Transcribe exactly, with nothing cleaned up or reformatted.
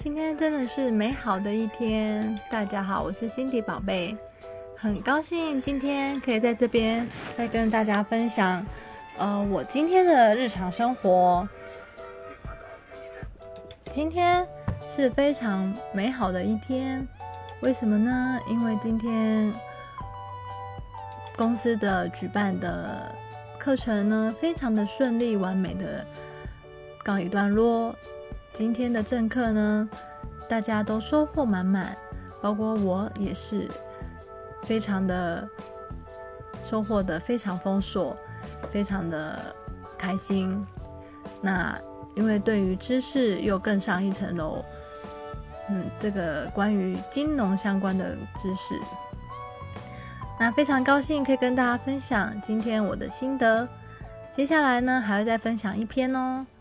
今天真的是美好的一天。大家好，我是辛迪宝贝，很高兴今天可以在这边再跟大家分享呃，我今天的日常生活。今天是非常美好的一天，为什么呢？因为今天公司的举办的课程呢，非常的顺利完美的告一段落。今天的正课呢，大家都收获满满，包括我也是非常的收获的非常丰硕，非常的开心。那因为对于知识又更上一层楼，嗯，这个关于金融相关的知识，那非常高兴可以跟大家分享今天我的心得。接下来呢，还会再分享一篇哦。